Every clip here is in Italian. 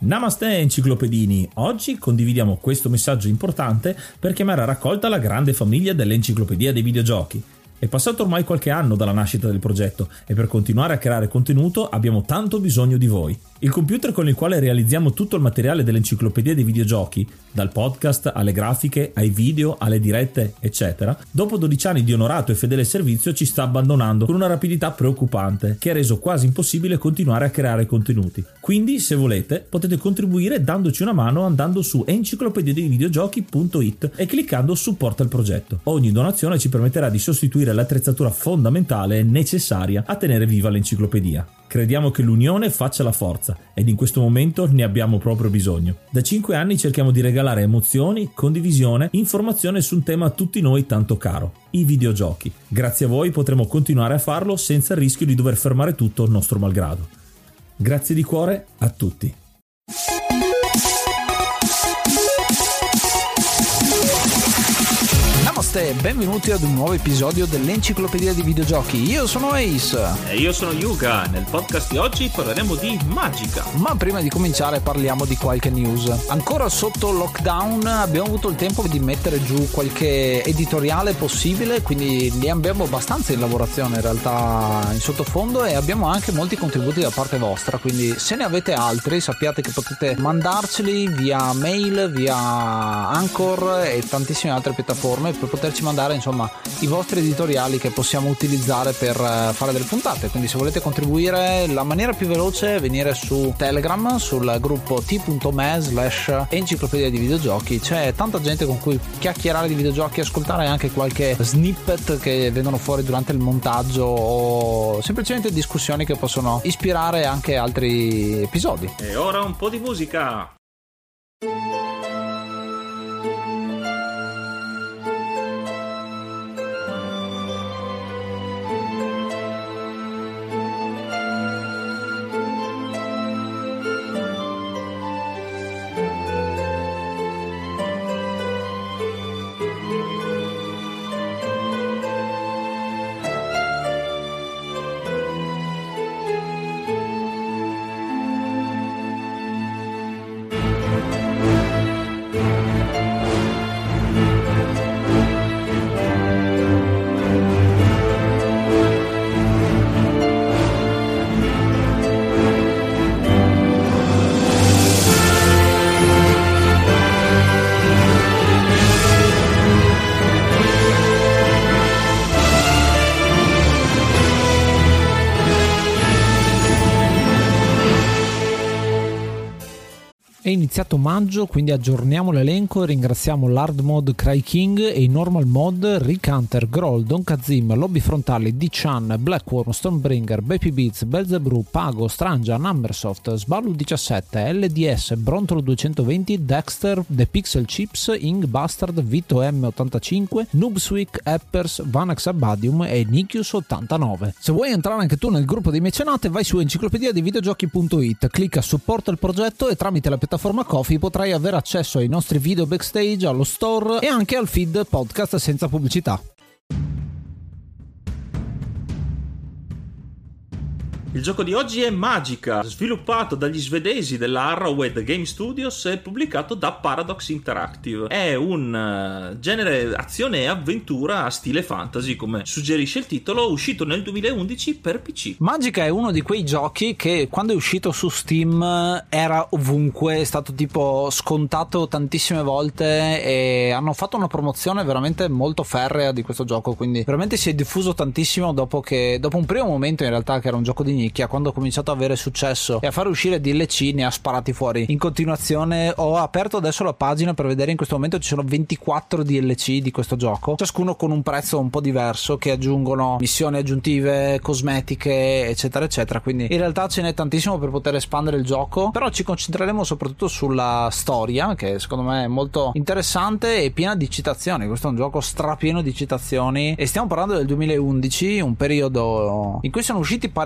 Namaste enciclopedini, oggi condividiamo questo messaggio importante per chiamare a raccolta la grande famiglia dell'Enciclopedia dei Videogiochi. È passato ormai qualche anno dalla nascita del progetto e per continuare a creare contenuto abbiamo tanto bisogno di voi. Il computer con il quale realizziamo tutto il materiale dell'Enciclopedia dei Videogiochi, dal podcast alle grafiche, ai video, alle dirette, eccetera, dopo 12 anni di onorato e fedele servizio ci sta abbandonando con una rapidità preoccupante che ha reso quasi impossibile continuare a creare contenuti. Quindi, se volete, potete contribuire dandoci una mano andando su enciclopediadeivideogiochi.it e cliccando supporta il progetto. Ogni donazione ci permetterà di sostituire l'attrezzatura fondamentale e necessaria a tenere viva l'enciclopedia. Crediamo che l'unione faccia la forza ed in questo momento ne abbiamo proprio bisogno. Da 5 anni cerchiamo di regalare emozioni, condivisione, informazione su un tema a tutti noi tanto caro, i videogiochi. Grazie a voi potremo continuare a farlo senza il rischio di dover fermare tutto nostro malgrado. Grazie di cuore a tutti. Namaste, benvenuti ad un nuovo episodio dell'Enciclopedia di Videogiochi. Io sono Ace. E io sono Yuga. Nel podcast di oggi parleremo di Magica. Ma prima di cominciare parliamo di qualche news. Ancora sotto lockdown abbiamo avuto il tempo di mettere giù qualche editoriale possibile, quindi li abbiamo abbastanza in lavorazione in realtà in sottofondo e abbiamo anche molti contributi da parte vostra, quindi se ne avete altri sappiate che potete mandarceli via mail, via Anchor e tantissime altre piattaforme per poterci mandare insomma i vostri editoriali che possiamo utilizzare per fare delle puntate. Quindi se volete contribuire, la maniera più veloce è venire su Telegram, sul gruppo t.me/enciclopedia di videogiochi. C'è tanta gente con cui chiacchierare di videogiochi, ascoltare anche qualche snippet che vengono fuori durante il montaggio o semplicemente discussioni che possono ispirare anche altri episodi. E ora un po' di musica. È iniziato maggio, quindi aggiorniamo l'elenco e ringraziamo l'Hard Mod Cry King e i Normal Mod Rick Hunter, Groll, Don Kazim, Lobby Frontali, D-Chan, Blackworm, Stormbringer, Baby Beats, Belzebrew, Pago, Strangia, Numbersoft, Sballu 17, LDS, Brontolo 220, Dexter, The Pixel Chips, Ing Bastard, Vito M85, Noobswick, Eppers, Vanax Abadium e Nikius 89. Se vuoi entrare anche tu nel gruppo dei mecenate, vai su enciclopediadeivideogiochi.it, clicca supporta il progetto e tramite la piattaforma Ko-fi potrai avere accesso ai nostri video backstage, allo store e anche al feed podcast senza pubblicità. Il gioco di oggi è Magica, sviluppato dagli svedesi della Arrowhead Game Studios e pubblicato da Paradox Interactive. È un genere azione e avventura a stile fantasy, come suggerisce il titolo, uscito nel 2011 per PC. Magica è uno di quei giochi che quando è uscito su Steam era ovunque, è stato tipo scontato tantissime volte e hanno fatto una promozione veramente molto ferrea di questo gioco, quindi veramente si è diffuso tantissimo dopo un primo momento in realtà che era un gioco di nicchia. Quando ho cominciato ad avere successo e a fare uscire DLC ne ha sparati fuori in continuazione. Ho aperto adesso la pagina per vedere, in questo momento ci sono 24 DLC di questo gioco, ciascuno con un prezzo un po' diverso, che aggiungono missioni aggiuntive, cosmetiche eccetera eccetera, quindi in realtà ce n'è tantissimo per poter espandere il gioco, però ci concentreremo soprattutto sulla storia, che secondo me è molto interessante e piena di citazioni. Questo è un gioco strapieno di citazioni e stiamo parlando del 2011, un periodo in cui sono usciti parecchi giochi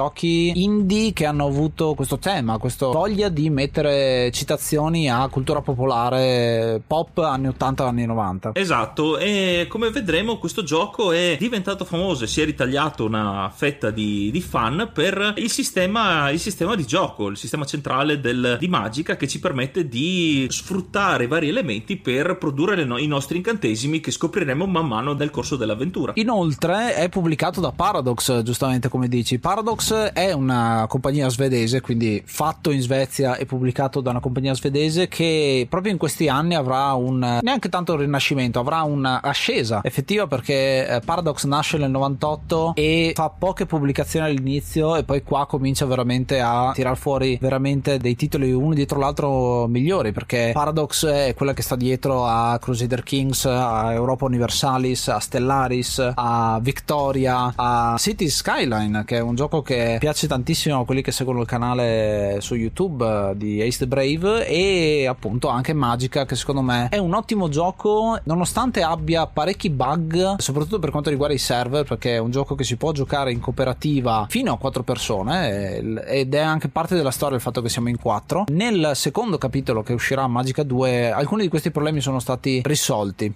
giochi indie che hanno avuto questo tema, questa voglia di mettere citazioni a cultura popolare pop anni 80 anni 90. Esatto, e come vedremo questo gioco è diventato famoso e si è ritagliato una fetta di fan per il sistema di gioco, il sistema centrale di Magica, che ci permette di sfruttare vari elementi per produrre i nostri incantesimi che scopriremo man mano nel corso dell'avventura. Inoltre è pubblicato da Paradox, giustamente come dici. Paradox è una compagnia svedese, quindi fatto in Svezia e pubblicato da una compagnia svedese, che proprio in questi anni avrà neanche tanto un rinascimento, avrà un'ascesa effettiva, perché Paradox nasce nel 98 e fa poche pubblicazioni all'inizio e poi qua comincia veramente a tirar fuori veramente dei titoli uno dietro l'altro migliori, perché Paradox è quella che sta dietro a Crusader Kings, a Europa Universalis, a Stellaris, a Victoria, a Cities Skyline, che è un gioco che piace tantissimo a quelli che seguono il canale su YouTube di Ace the Brave, e appunto anche Magica, che secondo me è un ottimo gioco nonostante abbia parecchi bug, soprattutto per quanto riguarda i server, perché è un gioco che si può giocare in cooperativa fino a 4 persone ed è anche parte della storia il fatto che siamo in 4. Nel secondo capitolo che uscirà Magica 2 alcuni di questi problemi sono stati risolti.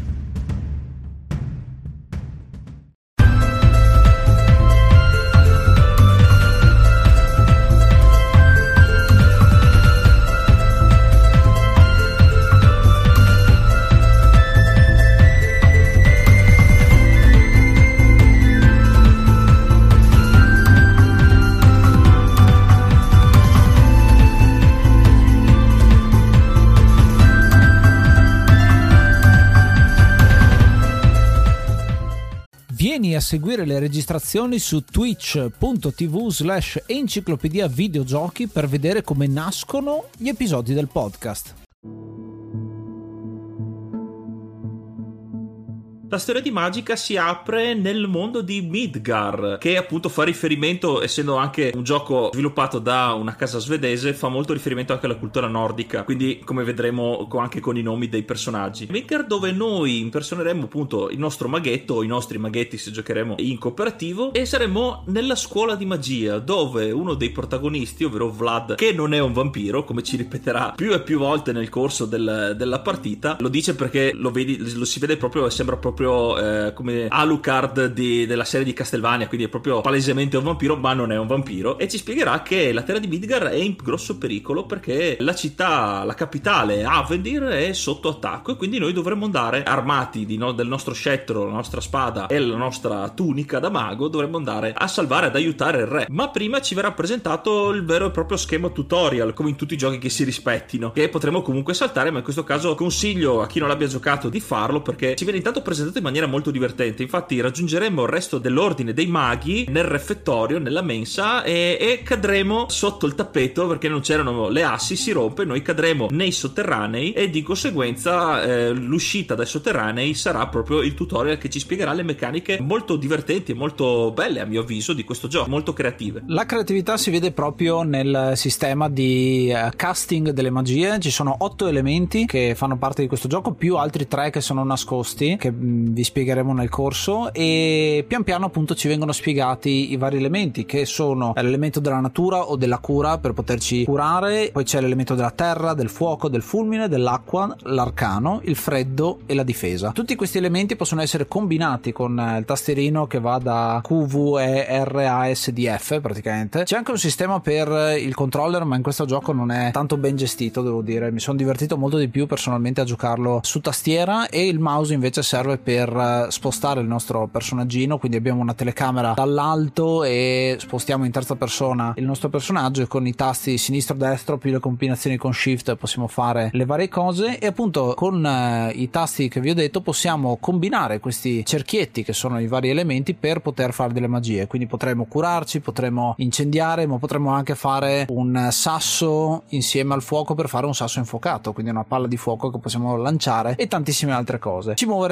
Vieni a seguire le registrazioni su twitch.tv/enciclopedia videogiochi per vedere come nascono gli episodi del podcast. La storia di Magica si apre nel mondo di Midgar, che appunto fa riferimento, essendo anche un gioco sviluppato da una casa svedese, fa molto riferimento anche alla cultura nordica, quindi come vedremo anche con i nomi dei personaggi. Midgar, dove noi impersoneremo appunto il nostro maghetto o i nostri maghetti se giocheremo in cooperativo, e saremo nella scuola di magia, dove uno dei protagonisti, ovvero Vlad, che non è un vampiro, come ci ripeterà più e più volte nel corso della partita, lo dice perché lo si vede proprio, sembra proprio come Alucard della serie di Castlevania, quindi è proprio palesemente un vampiro, ma non è un vampiro, e ci spiegherà che la terra di Midgar è in grosso pericolo perché la città, la capitale Avendir, è sotto attacco, e quindi noi dovremmo andare armati del nostro scettro, la nostra spada e la nostra tunica da mago, dovremmo andare a salvare, ad aiutare il re. Ma prima ci verrà presentato il vero e proprio schema tutorial, come in tutti i giochi che si rispettino, che potremo comunque saltare, ma in questo caso consiglio a chi non l'abbia giocato di farlo, perché ci viene intanto presentato in maniera molto divertente. Infatti raggiungeremo il resto dell'ordine dei maghi nel refettorio, nella mensa, e cadremo sotto il tappeto perché non c'erano le assi, si rompe, noi cadremo nei sotterranei, e di conseguenza l'uscita dai sotterranei sarà proprio il tutorial che ci spiegherà le meccaniche molto divertenti e molto belle, a mio avviso, di questo gioco, molto creative. La creatività si vede proprio nel sistema di casting delle magie. Ci sono 8 elementi che fanno parte di questo gioco, più altri 3 che sono nascosti, che vi spiegheremo nel corso, e pian piano appunto ci vengono spiegati i vari elementi, che sono l'elemento della natura o della cura per poterci curare, poi c'è l'elemento della terra, del fuoco, del fulmine, dell'acqua, l'arcano, il freddo e la difesa. Tutti questi elementi possono essere combinati con il tastierino che va da Q, V, E, R, A, S, D, F praticamente. C'è anche un sistema per il controller, ma in questo gioco non è tanto ben gestito, devo dire. Mi sono divertito molto di più personalmente a giocarlo su tastiera, e il mouse invece serve per spostare il nostro personaggino, quindi abbiamo una telecamera dall'alto e spostiamo in terza persona il nostro personaggio, e con i tasti sinistro destro più le combinazioni con shift possiamo fare le varie cose, e appunto con i tasti che vi ho detto possiamo combinare questi cerchietti che sono i vari elementi per poter fare delle magie. Quindi potremo curarci, potremo incendiare, ma potremo anche fare un sasso insieme al fuoco per fare un sasso infuocato, quindi una palla di fuoco che possiamo lanciare, e tantissime altre cose. Ci muoveremo appunto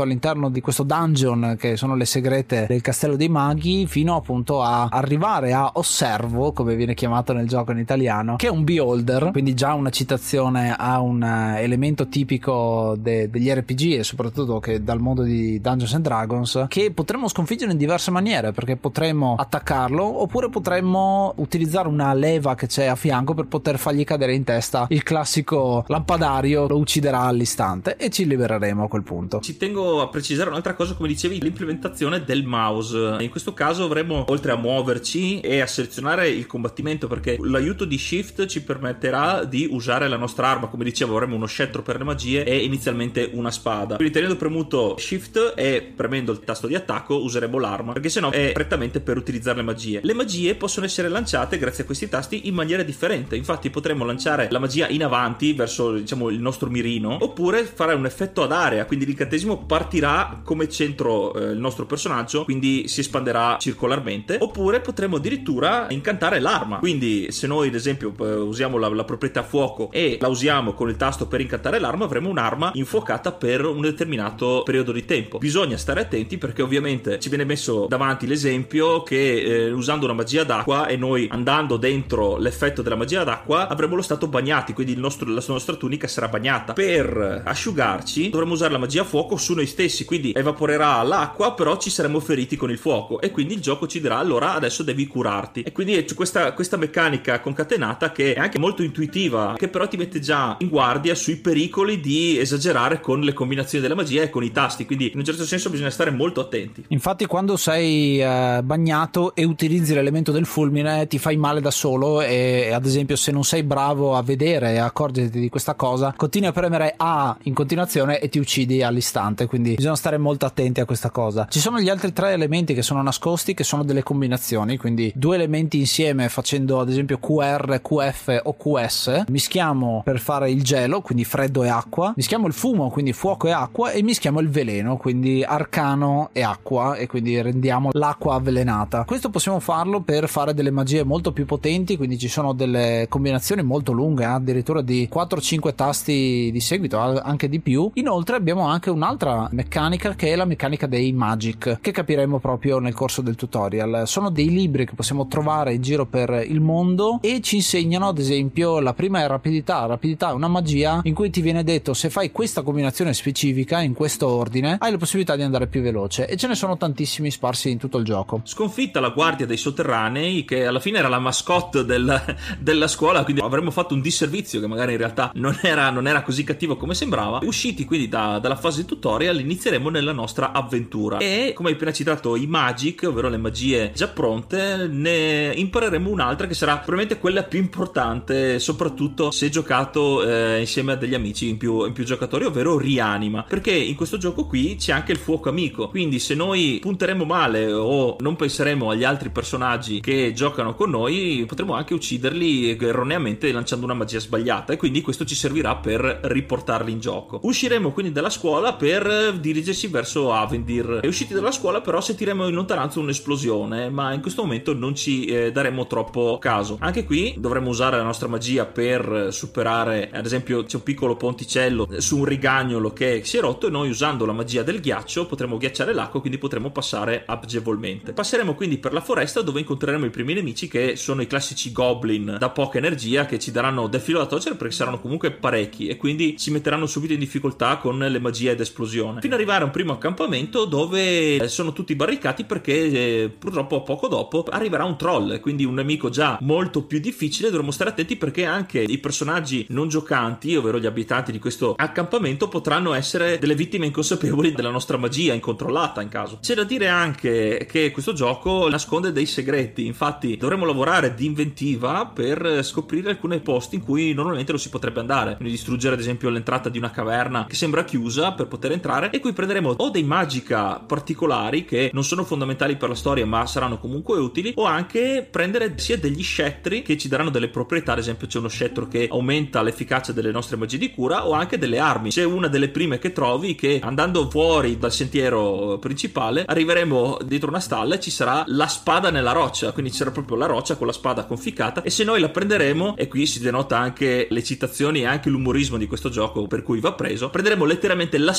all'interno di questo dungeon che sono le segrete del Castello dei Maghi, fino appunto a arrivare a Osservo, come viene chiamato nel gioco in italiano, che è un beholder, quindi già una citazione a un elemento tipico degli RPG e soprattutto che dal mondo di Dungeons and Dragons, che potremmo sconfiggere in diverse maniere, perché potremmo attaccarlo oppure potremmo utilizzare una leva che c'è a fianco per poter fargli cadere in testa il classico lampadario, lo ucciderà all'istante e ci libereremo a quel punto. Ci tengo a precisare un'altra cosa, come dicevi, l'implementazione del mouse. In questo caso avremo, oltre a muoverci e a selezionare il combattimento, perché l'aiuto di Shift ci permetterà di usare la nostra arma. Come dicevo, avremo uno scettro per le magie e inizialmente una spada, quindi tenendo premuto Shift e premendo il tasto di attacco useremo l'arma, perché sennò è prettamente per utilizzare le magie. Le magie possono essere lanciate grazie a questi tasti in maniera differente. Infatti potremo lanciare la magia in avanti verso, diciamo, il nostro mirino, oppure fare un effetto ad area, quindi l'incantesimo partirà come centro il nostro personaggio, quindi si espanderà circolarmente, oppure potremo addirittura incantare l'arma. Quindi se noi ad esempio usiamo la proprietà fuoco e la usiamo con il tasto per incantare l'arma, avremo un'arma infuocata per un determinato periodo di tempo. Bisogna stare attenti, perché ovviamente ci viene messo davanti l'esempio che usando una magia d'acqua e noi andando dentro l'effetto della magia d'acqua avremo lo stato bagnati, quindi la nostra tunica sarà bagnata. Per asciugarci dovremo usare la magia fuoco su noi stessi, quindi evaporerà l'acqua, però ci saremo feriti con il fuoco e quindi il gioco ci dirà allora adesso devi curarti. E quindi c'è questa meccanica concatenata che è anche molto intuitiva, che però ti mette già in guardia sui pericoli di esagerare con le combinazioni della magia e con i tasti, quindi in un certo senso bisogna stare molto attenti. Infatti quando sei bagnato e utilizzi l'elemento del fulmine ti fai male da solo, e ad esempio se non sei bravo a vedere e accorgerti di questa cosa, continui a premere A in continuazione e ti uccidi all'istante, quindi bisogna stare molto attenti a questa cosa. Ci sono gli altri tre elementi che sono nascosti, che sono delle combinazioni, quindi due elementi insieme facendo ad esempio QR, QF o QS, mischiamo per fare il gelo, quindi freddo e acqua, mischiamo il fumo, quindi fuoco e acqua, e mischiamo il veleno, quindi arcano e acqua, e quindi rendiamo l'acqua avvelenata. Questo possiamo farlo per fare delle magie molto più potenti, quindi ci sono delle combinazioni molto lunghe, addirittura di 4-5 tasti di seguito, anche di più. Inoltre abbiamo anche un'altra meccanica, che è la meccanica dei magic, che capiremo proprio nel corso del tutorial. Sono dei libri che possiamo trovare in giro per il mondo e ci insegnano, ad esempio, la prima è rapidità è una magia in cui ti viene detto: se fai questa combinazione specifica in questo ordine hai la possibilità di andare più veloce, e ce ne sono tantissimi sparsi in tutto il gioco. Sconfitta la guardia dei sotterranei, che alla fine era la mascotte della scuola, quindi avremmo fatto un disservizio, che magari in realtà non era così cattivo come sembrava. Usciti quindi dalla fase tutorial, inizieremo nella nostra avventura e, come hai appena citato, i magic, ovvero le magie già pronte, ne impareremo un'altra che sarà probabilmente quella più importante, soprattutto se giocato insieme a degli amici in più giocatori, ovvero rianima, perché in questo gioco qui c'è anche il fuoco amico, quindi se noi punteremo male o non penseremo agli altri personaggi che giocano con noi, potremo anche ucciderli erroneamente lanciando una magia sbagliata, e quindi questo ci servirà per riportarli in gioco. Usciremo quindi dalla scuola per dirigersi verso Avendir, e usciti dalla scuola però sentiremo in lontananza un'esplosione, ma in questo momento non ci daremo troppo caso. Anche qui dovremo usare la nostra magia per superare, ad esempio c'è un piccolo ponticello su un rigagnolo che si è rotto, e noi usando la magia del ghiaccio potremo ghiacciare l'acqua, quindi potremo passare agevolmente. Passeremo quindi per la foresta, dove incontreremo i primi nemici, che sono i classici goblin da poca energia, che ci daranno del filo da torcere perché saranno comunque parecchi e quindi ci metteranno subito in difficoltà con le magie ed esplosione, fino ad arrivare a un primo accampamento dove sono tutti barricati, perché purtroppo poco dopo arriverà un troll, quindi un nemico già molto più difficile. Dovremo stare attenti perché anche i personaggi non giocanti, ovvero gli abitanti di questo accampamento, potranno essere delle vittime inconsapevoli della nostra magia incontrollata in caso. C'è da dire anche che questo gioco nasconde dei segreti, infatti dovremo lavorare di inventiva per scoprire alcuni posti in cui normalmente non si potrebbe andare, quindi distruggere ad esempio l'entrata di una caverna che sembra chiusa per poter entrare, e qui prenderemo o dei magica particolari che non sono fondamentali per la storia ma saranno comunque utili, o anche prendere sia degli scettri che ci daranno delle proprietà. Ad esempio c'è uno scettro che aumenta l'efficacia delle nostre magie di cura, o anche delle armi. C'è una delle prime che trovi che, andando fuori dal sentiero principale, arriveremo dietro una stalla e ci sarà la spada nella roccia, quindi ci sarà proprio la roccia con la spada conficcata, e se noi la prenderemo, e qui si denota anche le citazioni e anche l'umorismo di questo gioco per cui va preso, prenderemo letteralmente la spada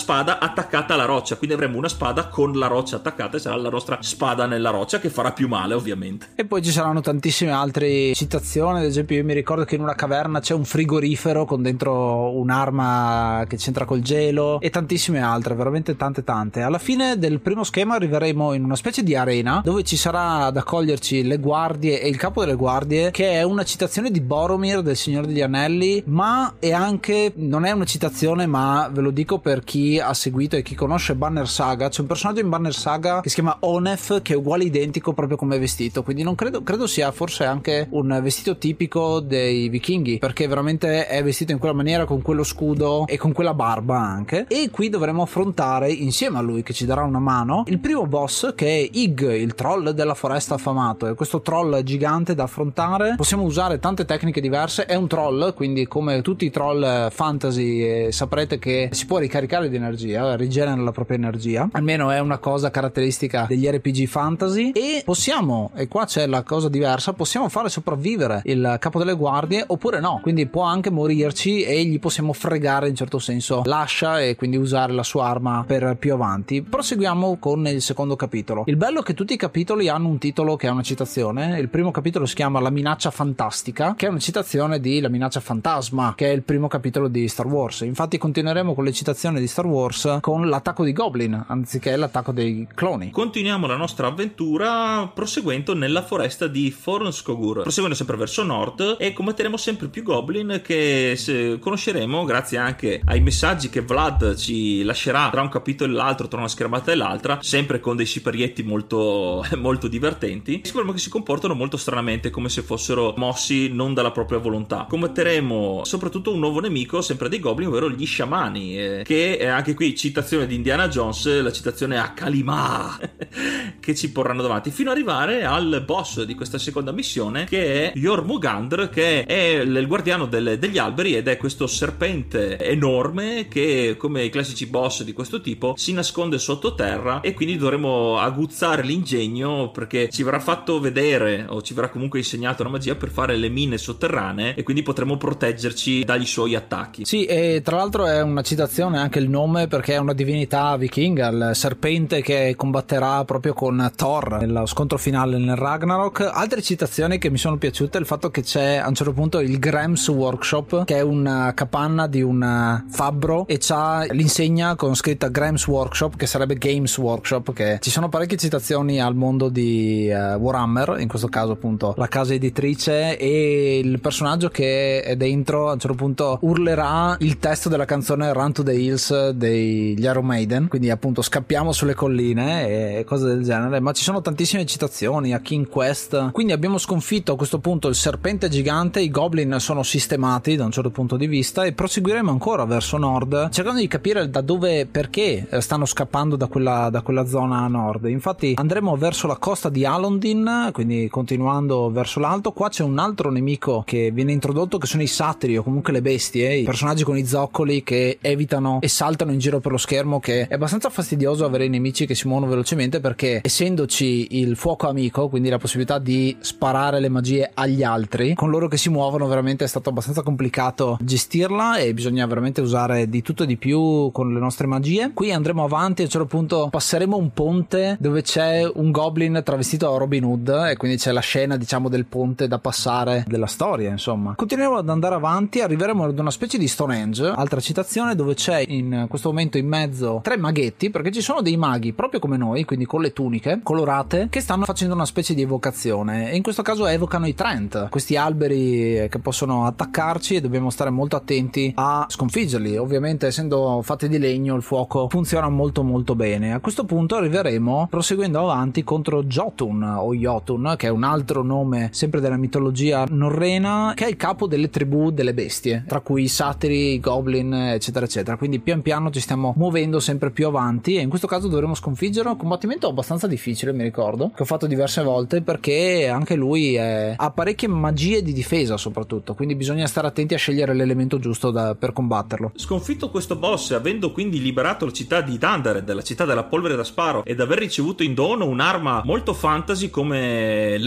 attaccata alla roccia, quindi avremo una spada con la roccia attaccata e sarà la nostra spada nella roccia, che farà più male ovviamente. E poi ci saranno tantissime altre citazioni. Ad esempio, io mi ricordo che in una caverna c'è un frigorifero con dentro un'arma che c'entra col gelo, e tantissime altre, veramente tante. Alla fine del primo schema arriveremo in una specie di arena dove ci sarà ad accoglierci le guardie e il capo delle guardie, che è una citazione di Boromir del Signore degli Anelli, ma è anche, non è una citazione, ma ve lo dico per chi ha seguito e chi conosce Banner Saga, c'è un personaggio in Banner Saga che si chiama Onef, che è uguale identico proprio come è vestito, quindi non credo sia forse anche un vestito tipico dei vichinghi, perché veramente è vestito in quella maniera, con quello scudo e con quella barba anche. E qui dovremo affrontare insieme a lui, che ci darà una mano, il primo boss, che è Ig, il troll della foresta affamato. E questo troll gigante da affrontare, possiamo usare tante tecniche diverse. È un troll, quindi come tutti i troll fantasy saprete che si può ricaricare di energia, rigenera la propria energia, almeno è una cosa caratteristica degli RPG fantasy. E possiamo, e qua c'è la cosa diversa, possiamo fare sopravvivere il capo delle guardie oppure no, quindi può anche morirci e gli possiamo fregare in certo senso l'ascia e quindi usare la sua arma per più avanti. Proseguiamo con il secondo capitolo. Il bello è che tutti i capitoli hanno un titolo che è una citazione. Il primo capitolo si chiama La minaccia fantastica, che è una citazione di La minaccia fantasma, che è il primo capitolo di Star Wars. Infatti continueremo con le citazioni di Star Wars con l'attacco di Goblin anziché l'attacco dei cloni. Continuiamo la nostra avventura proseguendo nella foresta di Fornskogur, proseguendo sempre verso nord, e combatteremo sempre più goblin che conosceremo grazie anche ai messaggi che Vlad ci lascerà tra un capitolo e l'altro, tra una schermata e l'altra, sempre con dei siparietti molto divertenti. Sicuramente che si comportano molto stranamente, come se fossero mossi non dalla propria volontà. Combatteremo soprattutto un nuovo nemico, sempre dei goblin, ovvero gli sciamani, che è anche qui citazione di Indiana Jones, la citazione a Kalimah che ci porranno davanti fino ad arrivare al boss di questa seconda missione, che è Jormungandr, che è il guardiano degli alberi, ed è questo serpente enorme che, come i classici boss di questo tipo, si nasconde sottoterra, e quindi dovremo aguzzare l'ingegno, perché ci verrà fatto vedere o ci verrà comunque insegnato una magia per fare le mine sotterranee, e quindi potremo proteggerci dagli suoi attacchi. Sì, e tra l'altro è una citazione anche il nome, perché è una divinità vichinga, il serpente che combatterà proprio con Thor nello scontro finale nel Ragnarok. Altre citazioni che mi sono piaciute, il fatto che c'è a un certo punto il Grams Workshop, che è una capanna di un fabbro e c'ha l'insegna con scritta Grams Workshop, che sarebbe Games Workshop, che ci sono parecchie citazioni al mondo di Warhammer, in questo caso appunto la casa editrice, e il personaggio che è dentro a un certo punto urlerà il testo della canzone Run to the Hills degli Iron Maiden, quindi appunto scappiamo sulle colline e cose del genere. Ma ci sono tantissime citazioni a King Quest, quindi abbiamo sconfitto a questo punto il serpente gigante, i goblin sono sistemati da un certo punto di vista, e proseguiremo ancora verso nord cercando di capire da dove, perché stanno scappando da quella zona a nord. Infatti andremo verso la costa di Alondin, quindi continuando verso l'alto. Qua c'è un altro nemico che viene introdotto, che sono i satiri, o comunque le bestie, i personaggi con i zoccoli che evitano e saltano in giro per lo schermo, che è abbastanza fastidioso avere i nemici che si muovono velocemente, perché essendoci il fuoco amico, quindi la possibilità di sparare le magie agli altri, con loro che si muovono veramente è stato abbastanza complicato gestirla, e bisogna veramente usare di tutto e di più con le nostre magie. Qui andremo avanti, a un certo punto passeremo un ponte dove c'è un goblin travestito da Robin Hood, e quindi c'è la scena, diciamo, del ponte da passare della storia. Insomma, continueremo ad andare avanti, arriveremo ad una specie di Stonehenge, altra citazione, dove c'è in questo momento in mezzo 3 maghetti, perché ci sono dei maghi proprio come noi, quindi con le tuniche colorate, che stanno facendo una specie di evocazione, e in questo caso evocano i Trent, questi alberi che possono attaccarci, e dobbiamo stare molto attenti a sconfiggerli. Ovviamente, essendo fatti di legno, il fuoco funziona molto molto bene. A questo punto arriveremo proseguendo avanti contro Jotun o Jotun, che è un altro nome sempre della mitologia norrena, che è il capo delle tribù delle bestie, tra cui i satiri, i goblin, eccetera eccetera. Quindi pian piano ci stiamo muovendo sempre più avanti, e in questo caso dovremo sconfiggerlo. Un combattimento abbastanza difficile, mi ricordo, che ho fatto diverse volte, perché anche lui ha parecchie magie di difesa soprattutto, quindi bisogna stare attenti a scegliere l'elemento giusto per combatterlo. Sconfitto questo boss, avendo quindi liberato la città di Dandared, la città della polvere da sparo, ed aver ricevuto in dono un'arma molto fantasy come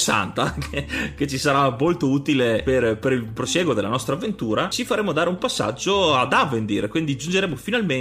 l'M60 che ci sarà molto utile per il prosieguo della nostra avventura, ci faremo dare un passaggio ad Avendir, quindi giungeremo finalmente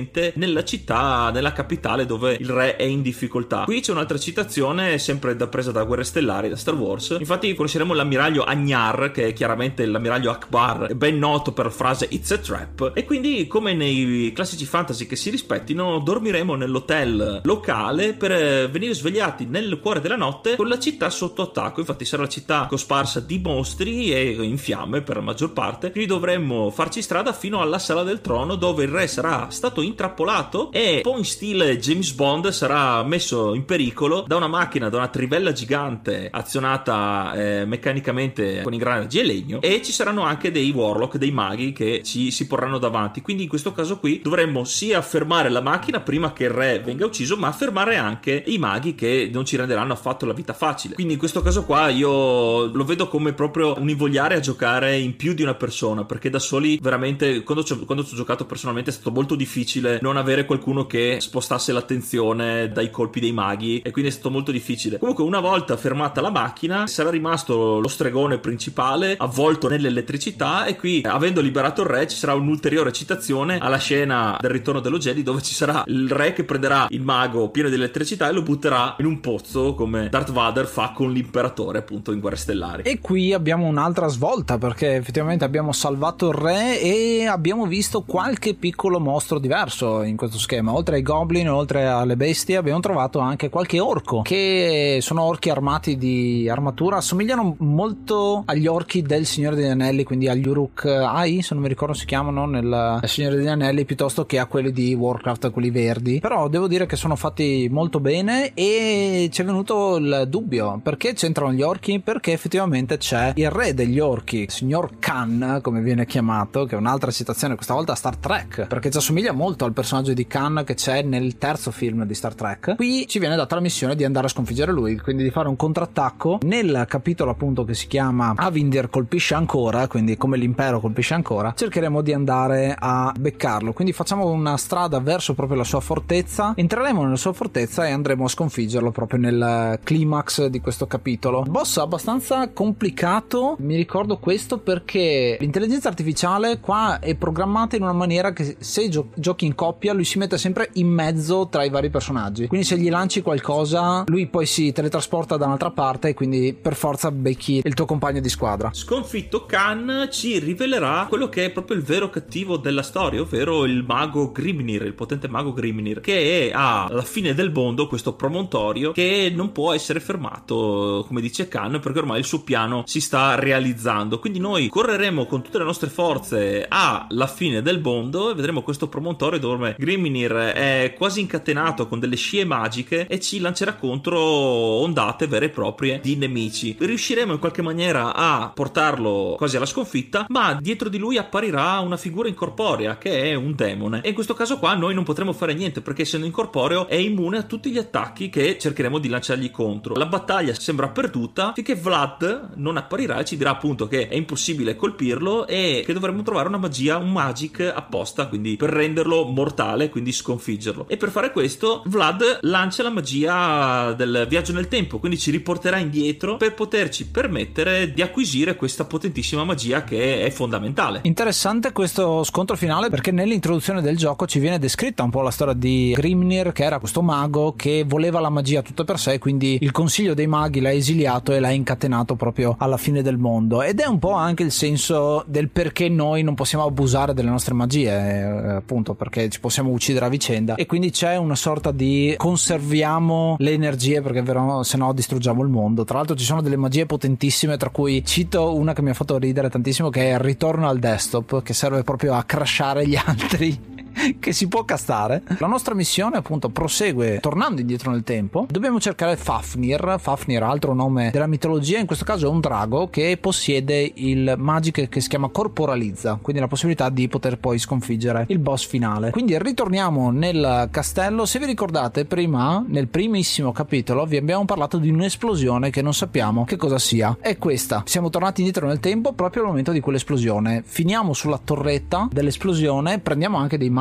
direttamente nella città, nella capitale dove il re è in difficoltà. Qui c'è un'altra citazione sempre presa da Guerre Stellari, da Star Wars. Infatti conosceremo l'ammiraglio Agnar, che è chiaramente l'ammiraglio Akbar, ben noto per la frase "It's a trap", e quindi, come nei classici fantasy che si rispettino, dormiremo nell'hotel locale per venire svegliati nel cuore della notte con la città sotto attacco. Infatti sarà la città cosparsa di mostri e in fiamme per la maggior parte, quindi dovremmo farci strada fino alla Sala del Trono, dove il re sarà stato intrappolato e un po' in stile James Bond sarà messo in pericolo da una macchina, da una trivella gigante azionata meccanicamente con ingranaggi e legno, e ci saranno anche dei warlock, dei maghi che ci si porranno davanti. Quindi in questo caso qui dovremmo sia fermare la macchina prima che il re venga ucciso, ma fermare anche i maghi che non ci renderanno affatto la vita facile. Quindi in questo caso qua io lo vedo come proprio un invogliare a giocare in più di una persona, perché da soli veramente quando ci ho giocato personalmente è stato molto difficile non avere qualcuno che spostasse l'attenzione dai colpi dei maghi, e quindi è stato molto difficile. Comunque, una volta fermata la macchina sarà rimasto lo stregone principale avvolto nell'elettricità, e qui, avendo liberato il re, ci sarà un'ulteriore citazione alla scena del Ritorno dello Jedi, dove ci sarà il re che prenderà il mago pieno di elettricità e lo butterà in un pozzo, come Darth Vader fa con l'imperatore appunto in Guerre Stellari. E qui abbiamo un'altra svolta, perché effettivamente abbiamo salvato il re e abbiamo visto qualche piccolo mostro diverso in questo schema. Oltre ai goblin, oltre alle bestie, abbiamo trovato anche qualche orco, che sono orchi armati di armatura, assomigliano molto agli orchi del Signore degli Anelli, quindi agli Uruk-hai, se non mi ricordo si chiamano nel Signore degli Anelli, piuttosto che a quelli di Warcraft, quelli verdi. Però devo dire che sono fatti molto bene, e ci è venuto il dubbio: perché c'entrano gli orchi? Perché effettivamente c'è il re degli orchi, il signor Khan, come viene chiamato, che è un'altra citazione questa volta a Star Trek, perché ci assomiglia molto al personaggio di Khan che c'è nel terzo film di Star Trek. Qui ci viene data la missione di andare a sconfiggere lui, quindi di fare un contrattacco nel capitolo appunto che si chiama Avindir colpisce ancora, quindi come l'impero colpisce ancora. Cercheremo di andare a beccarlo, quindi facciamo una strada verso proprio la sua fortezza, entreremo nella sua fortezza e andremo a sconfiggerlo proprio nel climax di questo capitolo. Boss abbastanza complicato, mi ricordo questo, perché l'intelligenza artificiale qua è programmata in una maniera che se giochi in coppia lui si mette sempre in mezzo tra i vari personaggi, quindi se gli lanci qualcosa lui poi si teletrasporta da un'altra parte e quindi per forza becchi il tuo compagno di squadra. Sconfitto Khan ci rivelerà quello che è proprio il vero cattivo della storia, ovvero il mago Grimnir, il potente mago Grimnir, che ha alla fine del mondo questo promontorio che non può essere fermato, come dice Khan, perché ormai il suo piano si sta realizzando. Quindi noi correremo con tutte le nostre forze alla fine del mondo e vedremo questo promontorio dove Grimnir è quasi incatenato con delle scie magiche e ci lancerà contro ondate vere e proprie di nemici. Riusciremo in qualche maniera a portarlo quasi alla sconfitta, ma dietro di lui apparirà una figura incorporea che è un demone, e in questo caso qua noi non potremo fare niente, perché essendo incorporeo è immune a tutti gli attacchi che cercheremo di lanciargli contro. La battaglia sembra perduta finché Vlad non apparirà e ci dirà appunto che è impossibile colpirlo e che dovremmo trovare una magia, un magic apposta, quindi per renderlo mortale, quindi sconfiggerlo. E per fare questo Vlad lancia la magia del viaggio nel tempo, quindi ci riporterà indietro per poterci permettere di acquisire questa potentissima magia che è fondamentale. Interessante questo scontro finale, perché nell'introduzione del gioco ci viene descritta un po' la storia di Grimnir, che era questo mago che voleva la magia tutta per sé, quindi il consiglio dei maghi l'ha esiliato e l'ha incatenato proprio alla fine del mondo, ed è un po' anche il senso del perché noi non possiamo abusare delle nostre magie, appunto perché ci possiamo uccidere a vicenda, e quindi c'è una sorta di conserviamo le energie perché se no distruggiamo il mondo. Tra l'altro ci sono delle magie potentissime, tra cui cito una che mi ha fatto ridere tantissimo, che è il ritorno al desktop, che serve proprio a crashare gli altri che si può castare. La nostra missione appunto prosegue tornando indietro nel tempo. Dobbiamo cercare Fafnir, altro nome della mitologia, in questo caso è un drago che possiede il magic che si chiama Corporalizza, quindi la possibilità di poter poi sconfiggere il boss finale. Quindi ritorniamo nel castello. Se vi ricordate, prima nel primissimo capitolo vi abbiamo parlato di un'esplosione che non sappiamo che cosa sia. È questa. Siamo tornati indietro nel tempo proprio al momento di quell'esplosione. Finiamo sulla torretta dell'esplosione, prendiamo anche dei magic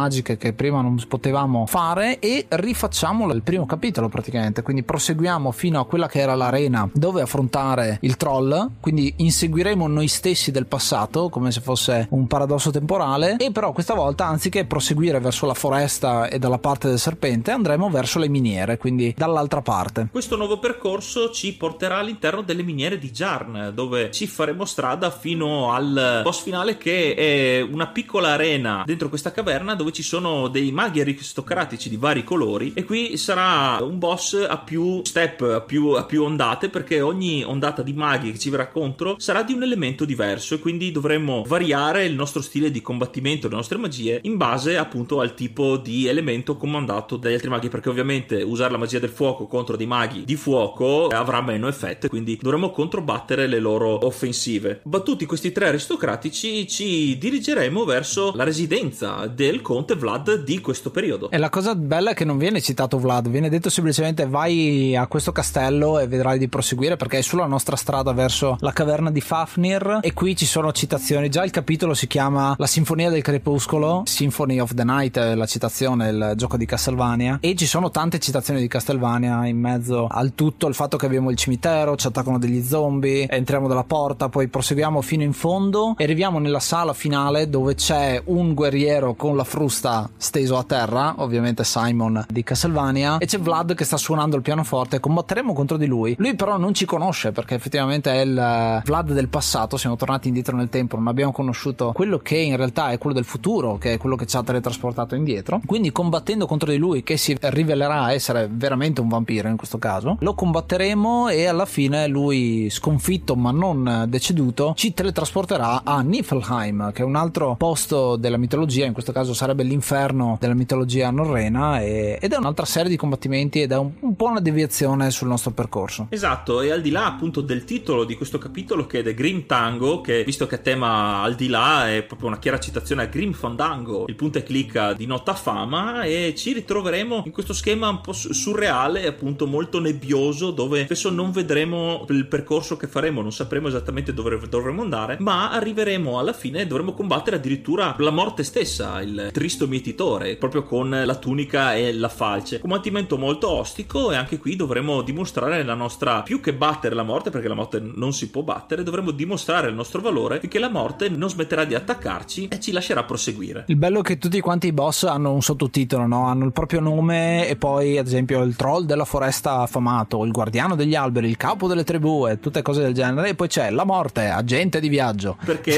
magiche che prima non potevamo fare, e rifacciamo il primo capitolo praticamente, quindi proseguiamo fino a quella che era l'arena dove affrontare il troll, quindi inseguiremo noi stessi del passato come se fosse un paradosso temporale, e però questa volta anziché proseguire verso la foresta e dalla parte del serpente andremo verso le miniere, quindi dall'altra parte. Questo nuovo percorso ci porterà all'interno delle miniere di Jarn, dove ci faremo strada fino al boss finale, che è una piccola arena dentro questa caverna dove ci sono dei maghi aristocratici di vari colori, e qui sarà un boss a più step, a più ondate, perché ogni ondata di maghi che ci verrà contro sarà di un elemento diverso, e quindi dovremo variare il nostro stile di combattimento, le nostre magie, in base appunto al tipo di elemento comandato dagli altri maghi, perché ovviamente usare la magia del fuoco contro dei maghi di fuoco avrà meno effetto, quindi dovremo controbattere le loro offensive. Battuti questi tre aristocratici, ci dirigeremo verso la residenza del conte Vlad di questo periodo. E la cosa bella è che non viene citato Vlad, viene detto semplicemente vai a questo castello e vedrai di proseguire, perché è sulla nostra strada verso la caverna di Fafnir, e qui ci sono citazioni. Già il capitolo si chiama La Sinfonia del Crepuscolo, Symphony of the Night, la citazione, il gioco di Castlevania, e ci sono tante citazioni di Castlevania in mezzo al tutto. Il fatto che abbiamo il cimitero, ci attaccano degli zombie, entriamo dalla porta, poi proseguiamo fino in fondo e arriviamo nella sala finale dove c'è un guerriero con la frusta steso a terra, ovviamente Simon di Castlevania, e c'è Vlad che sta suonando il pianoforte. Combatteremo contro di lui però non ci conosce, perché effettivamente è il Vlad del passato, siamo tornati indietro nel tempo, non abbiamo conosciuto quello che in realtà è quello del futuro, che è quello che ci ha teletrasportato indietro. Quindi combattendo contro di lui, che si rivelerà essere veramente un vampiro in questo caso, lo combatteremo e alla fine lui, sconfitto ma non deceduto, ci teletrasporterà a Niflheim, che è un altro posto della mitologia, in questo caso sarebbe l'inferno della mitologia norrena, ed è un'altra serie di combattimenti ed è un po' una deviazione sul nostro percorso. Esatto, e al di là appunto del titolo di questo capitolo, che è The Grim Tango, che visto che è tema al di là è proprio una chiara citazione a Grim Fandango, il punta e clicca di nota fama, e ci ritroveremo in questo schema un po' surreale, appunto molto nebbioso, dove spesso non vedremo il percorso che faremo, non sapremo esattamente dove dovremo andare, ma arriveremo alla fine e dovremo combattere addirittura la morte stessa, il tristo mietitore, proprio con la tunica e la falce. Combattimento molto ostico, e anche qui dovremo dimostrare la nostra, più che battere la morte, perché la morte non si può battere, dovremo dimostrare il nostro valore finché la morte non smetterà di attaccarci e ci lascerà proseguire. Il bello è che tutti quanti i boss hanno un sottotitolo, no? Hanno il proprio nome, e poi ad esempio il troll della foresta affamato, il guardiano degli alberi, il capo delle tribù e tutte cose del genere, e poi c'è la morte, agente di viaggio.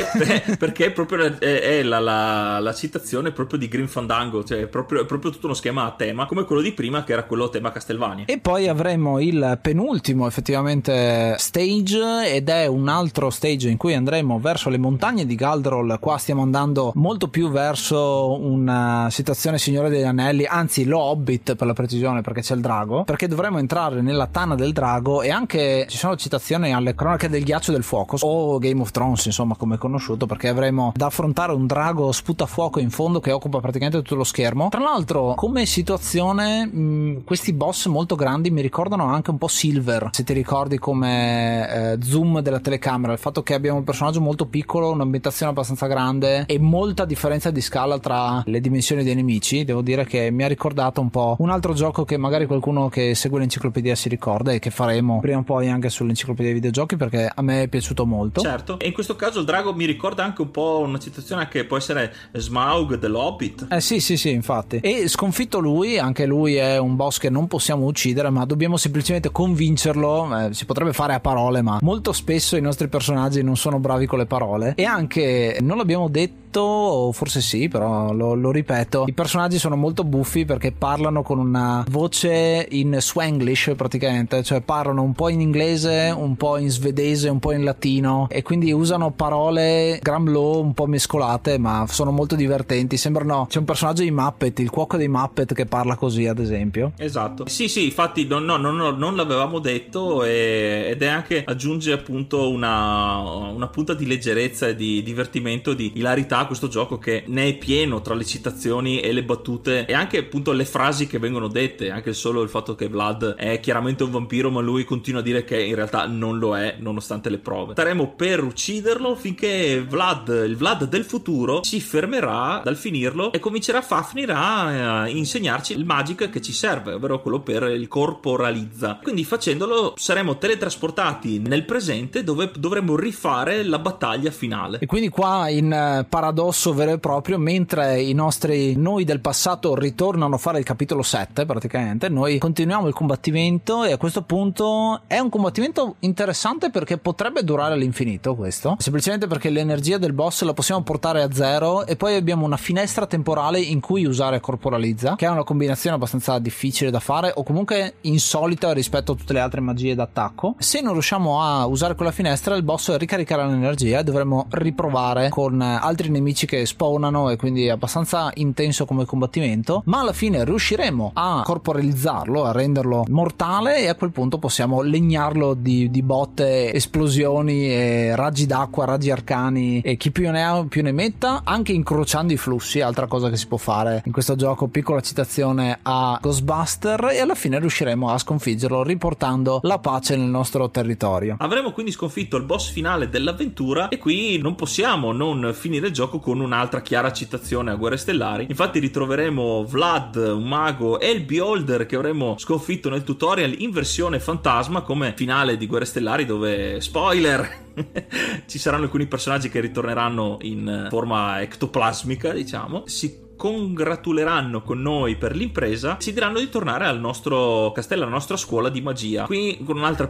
Perché proprio è la citazione proprio di Grim Fandango, cioè è proprio tutto uno schema a tema, come quello di prima che era quello a tema Castlevania. E poi avremo il penultimo effettivamente stage, ed è un altro stage in cui andremo verso le montagne di Galdrol. Qua stiamo andando molto più verso una situazione Signore degli Anelli, anzi lo Hobbit per la precisione, perché c'è il drago, perché dovremo entrare nella tana del drago, e anche ci sono citazioni alle cronache del ghiaccio del fuoco o Game of Thrones, insomma, come è conosciuto, perché avremo da affrontare un drago sputafuoco in fondo che occupa praticamente tutto lo schermo. Tra l'altro, come situazione, questi boss molto grandi mi ricordano anche un po' Silver, se ti ricordi, come zoom della telecamera, il fatto che abbiamo un personaggio molto piccolo, un'ambientazione abbastanza grande e molta differenza di scala tra le dimensioni dei nemici. Devo dire che mi ha ricordato un po' un altro gioco che magari qualcuno che segue l'enciclopedia si ricorda, e che faremo prima o poi anche sull'enciclopedia dei videogiochi, perché a me è piaciuto molto. Certo, e in questo caso il drago mi ricorda anche un po' una citazione che può essere Smaug dell'Hobbit. Sì, infatti. E sconfitto lui, anche lui è un boss che non possiamo uccidere, ma dobbiamo semplicemente convincerlo. Si potrebbe fare a parole, ma molto spesso i nostri personaggi non sono bravi con le parole. E anche, non l'abbiamo detto, o forse sì, però lo ripeto, i personaggi sono molto buffi perché parlano con una voce in Swanglish praticamente, cioè parlano un po' in inglese, un po' in svedese, un po' in latino, e quindi usano parole Gramlow un po' mescolate, ma sono molto divertenti. Sembrano, c'è un personaggio di Muppet, il cuoco dei Muppet, che parla così, ad esempio. Esatto, sì, infatti non l'avevamo detto, ed è anche, aggiunge appunto una punta di leggerezza e di divertimento, di ilarità ha questo gioco che ne è pieno tra le citazioni e le battute e anche appunto le frasi che vengono dette, anche solo il fatto che Vlad è chiaramente un vampiro, ma lui continua a dire che in realtà non lo è nonostante le prove. Staremo per ucciderlo finché il Vlad del futuro si fermerà dal finirlo e comincerà Fafnir a insegnarci il magic che ci serve, ovvero quello per il corporalizza. Quindi facendolo saremo teletrasportati nel presente dove dovremo rifare la battaglia finale. E quindi qua in paradosso vero e proprio, mentre i nostri noi del passato ritornano a fare il capitolo 7 praticamente, noi continuiamo il combattimento e a questo punto è un combattimento interessante perché potrebbe durare all'infinito, questo semplicemente perché l'energia del boss la possiamo portare a zero e poi abbiamo una finestra temporale in cui usare corporalizza, che è una combinazione abbastanza difficile da fare o comunque insolita rispetto a tutte le altre magie d'attacco. Se non riusciamo a usare quella finestra, il boss ricaricherà l'energia e dovremo riprovare con altri nemici che spawnano e quindi è abbastanza intenso come combattimento, ma alla fine riusciremo a corporalizzarlo, a renderlo mortale e a quel punto possiamo legnarlo di botte, esplosioni e raggi d'acqua, raggi arcani e chi più ne ha più ne metta, anche incrociando i flussi, altra cosa che si può fare in questo gioco, piccola citazione a Ghostbuster, e alla fine riusciremo a sconfiggerlo riportando la pace nel nostro territorio. Avremo quindi sconfitto il boss finale dell'avventura e qui non possiamo non finire il gioco con un'altra chiara citazione a Guerre Stellari. Infatti ritroveremo Vlad, un mago, e il Beholder che avremo sconfitto nel tutorial in versione fantasma come finale di Guerre Stellari, dove, spoiler, ci saranno alcuni personaggi che ritorneranno in forma ectoplasmica, diciamo, si congratuleranno con noi per l'impresa, si diranno di tornare al nostro castello, alla nostra scuola di magia, qui con un altro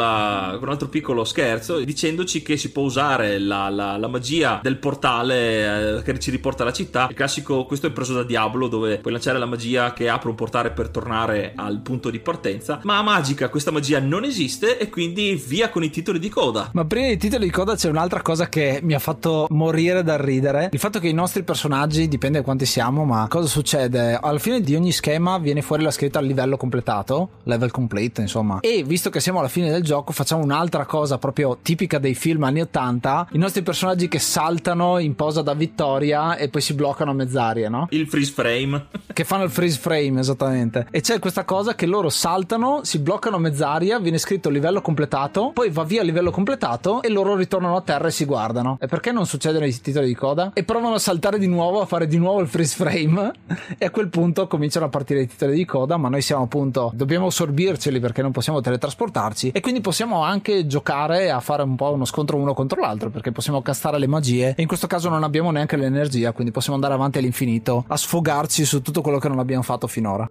piccolo scherzo, dicendoci che si può usare la magia del portale che ci riporta alla città. Il classico, questo è preso da Diablo, dove puoi lanciare la magia che apre un portale per tornare al punto di partenza, ma a Magica questa magia non esiste e quindi via con i titoli di coda. Ma prima dei titoli di coda c'è un'altra cosa che mi ha fatto morire dal ridere, il fatto che i nostri personaggi, dipende da quanti siamo, ma cosa succede? Alla fine di ogni schema viene fuori la scritta livello completato, level complete, insomma, e visto che siamo alla fine del gioco facciamo un'altra cosa proprio tipica dei film anni 80, i nostri personaggi che saltano in posa da vittoria e poi si bloccano a mezz'aria, no? Il freeze frame. Che fanno il freeze frame, esattamente. E c'è questa cosa che loro saltano, si bloccano a mezz'aria, viene scritto livello completato, poi va via il livello completato e loro ritornano a terra e si guardano. E perché non succede nei titoli di coda? E provano a saltare di nuovo, a fare di nuovo il freeze frame e a quel punto cominciano a partire i titoli di coda, ma noi siamo appunto, dobbiamo assorbirceli perché non possiamo teletrasportarci e quindi possiamo anche giocare a fare un po' uno scontro uno contro l'altro, perché possiamo castare le magie e in questo caso non abbiamo neanche l'energia, quindi possiamo andare avanti all'infinito a sfogarci su tutto quello che non abbiamo fatto finora.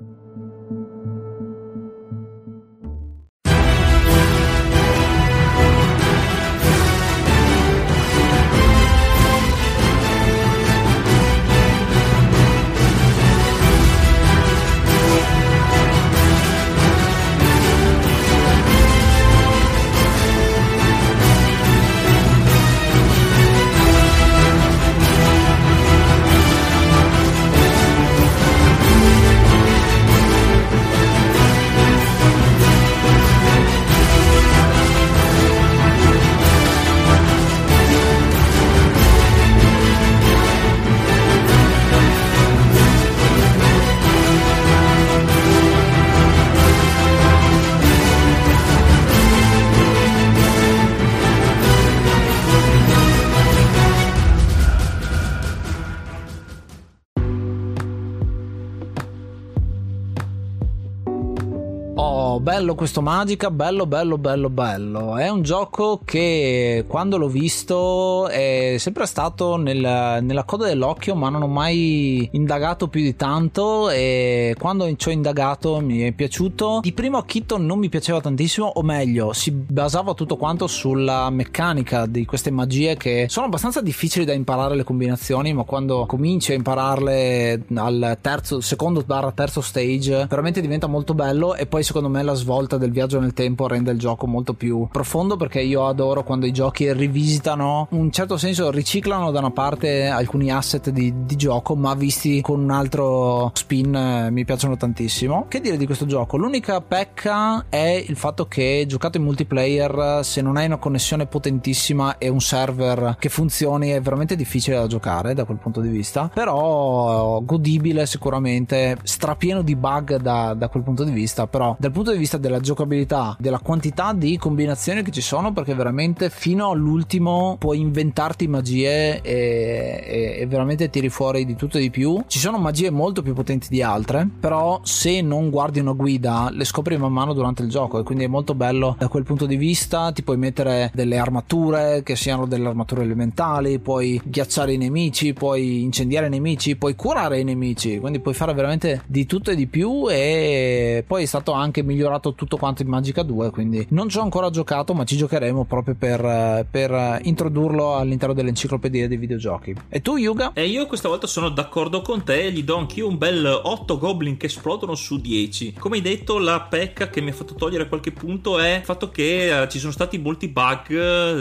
Bello questo Magica, bello. È un gioco che quando l'ho visto è sempre stato nella coda dell'occhio, ma non ho mai indagato più di tanto, e quando ci ho indagato mi è piaciuto. Di primo acchito non mi piaceva tantissimo, o meglio, si basava tutto quanto sulla meccanica di queste magie che sono abbastanza difficili da imparare le combinazioni, ma quando cominci a impararle al secondo/terzo stage veramente diventa molto bello, e poi secondo me la svolta del viaggio nel tempo rende il gioco molto più profondo, perché io adoro quando i giochi rivisitano, in un certo senso riciclano da una parte alcuni asset di gioco ma visti con un altro spin. Mi piacciono tantissimo. Che dire di questo gioco? L'unica pecca è il fatto che giocato in multiplayer, se non hai una connessione potentissima e un server che funzioni, è veramente difficile da giocare da quel punto di vista, però godibile sicuramente, strapieno di bug da quel punto di vista, però dal punto di vista della giocabilità, della quantità di combinazioni che ci sono, perché veramente fino all'ultimo puoi inventarti magie e veramente tiri fuori di tutto e di più. Ci sono magie molto più potenti di altre, però se non guardi una guida le scopri man mano durante il gioco, e quindi è molto bello da quel punto di vista. Ti puoi mettere delle armature che siano delle armature elementali, puoi ghiacciare i nemici, puoi incendiare i nemici, puoi curare i nemici, quindi puoi fare veramente di tutto e di più. E poi è stato anche migliorato tutto quanto in Magicka 2, quindi non ci ho ancora giocato, ma ci giocheremo proprio per introdurlo all'interno dell'enciclopedia dei videogiochi. E tu, Yuga? E io questa volta sono d'accordo con te, gli do anch'io un bel 8 goblin che esplodono su 10. Come hai detto, la pecca che mi ha fatto togliere qualche punto è il fatto che ci sono stati molti bug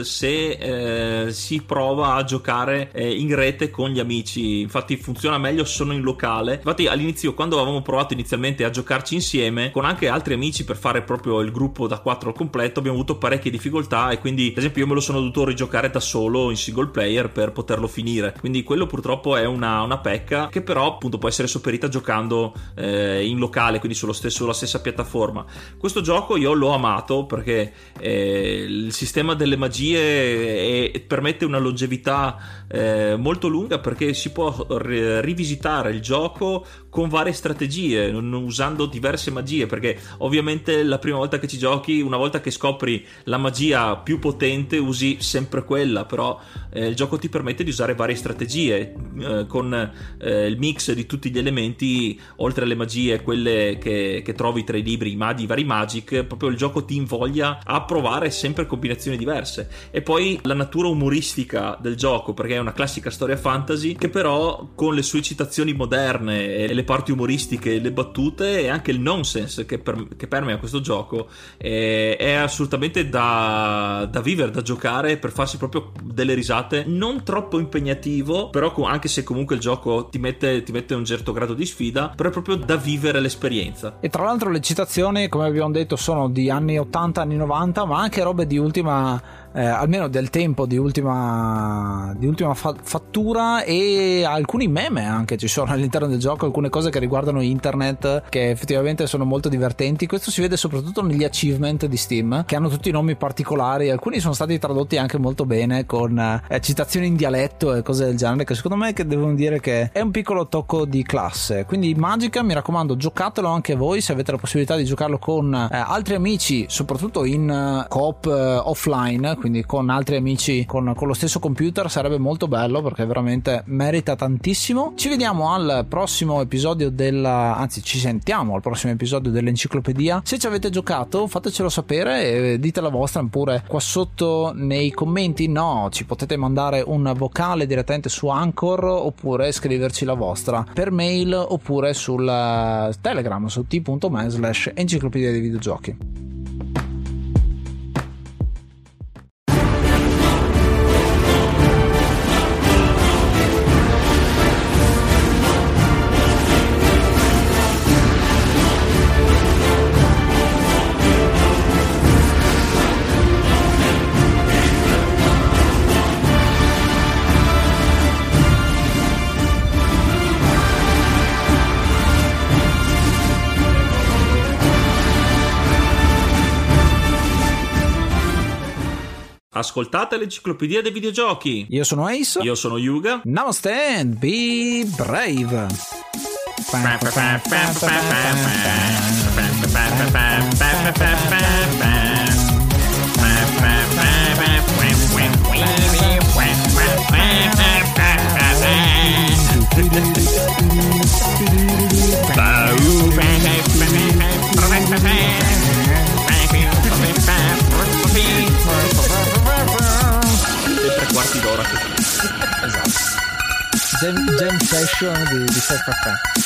se si prova a giocare in rete con gli amici. Infatti funziona meglio se sono in locale. Infatti all'inizio, quando avevamo provato inizialmente a giocarci insieme con anche altri amici per fare proprio il gruppo da 4 al completo, abbiamo avuto parecchie difficoltà, e quindi ad esempio io me lo sono dovuto rigiocare da solo in single player per poterlo finire. Quindi quello purtroppo è una pecca, che però appunto può essere sopperita giocando in locale, quindi sulla stessa piattaforma. Questo gioco io l'ho amato perché il sistema delle magie permette una longevità molto lunga, perché si può rivisitare il gioco con varie strategie, usando diverse magie, perché ovviamente la prima volta che ci giochi, una volta che scopri la magia più potente, usi sempre quella, però il gioco ti permette di usare varie strategie con il mix di tutti gli elementi, oltre alle magie, quelle che trovi tra i libri, i vari Magic. Proprio il gioco ti invoglia a provare sempre combinazioni diverse. E poi la natura umoristica del gioco, perché è una classica storia fantasy che però con le sue citazioni moderne e le parti umoristiche, le battute e anche il nonsense che permea questo gioco, è assolutamente da vivere, da giocare, per farsi proprio delle risate. Non troppo impegnativo, però anche se comunque il gioco ti mette un certo grado di sfida, però è proprio da vivere l'esperienza. E tra l'altro le citazioni, come abbiamo detto, sono di anni 80, anni 90, ma anche robe di ultima almeno del tempo di ultima fattura, e alcuni meme anche ci sono all'interno del gioco, alcune cose che riguardano internet che effettivamente sono molto divertenti. Questo si vede soprattutto negli achievement di Steam, che hanno tutti nomi particolari, alcuni sono stati tradotti anche molto bene con citazioni in dialetto e cose del genere, che secondo me devono dire che è un piccolo tocco di classe. Quindi Magicka, mi raccomando, giocatelo anche voi se avete la possibilità di giocarlo con altri amici, soprattutto in coop offline, quindi con altri amici con lo stesso computer. Sarebbe molto bello, perché veramente merita tantissimo. Ci vediamo al prossimo episodio ci sentiamo al prossimo episodio dell'enciclopedia. Se ci avete giocato, fatecelo sapere e dite la vostra pure qua sotto nei commenti. No, ci potete mandare un vocale direttamente su Anchor, oppure scriverci la vostra per mail, oppure sul Telegram su t.me/enciclopedia dei videogiochi. Ascoltate l'enciclopedia dei videogiochi. Io sono Ace. Io sono Yuga. Namaste and be brave. Sempre quarti d'ora così. Esatto. Jam session di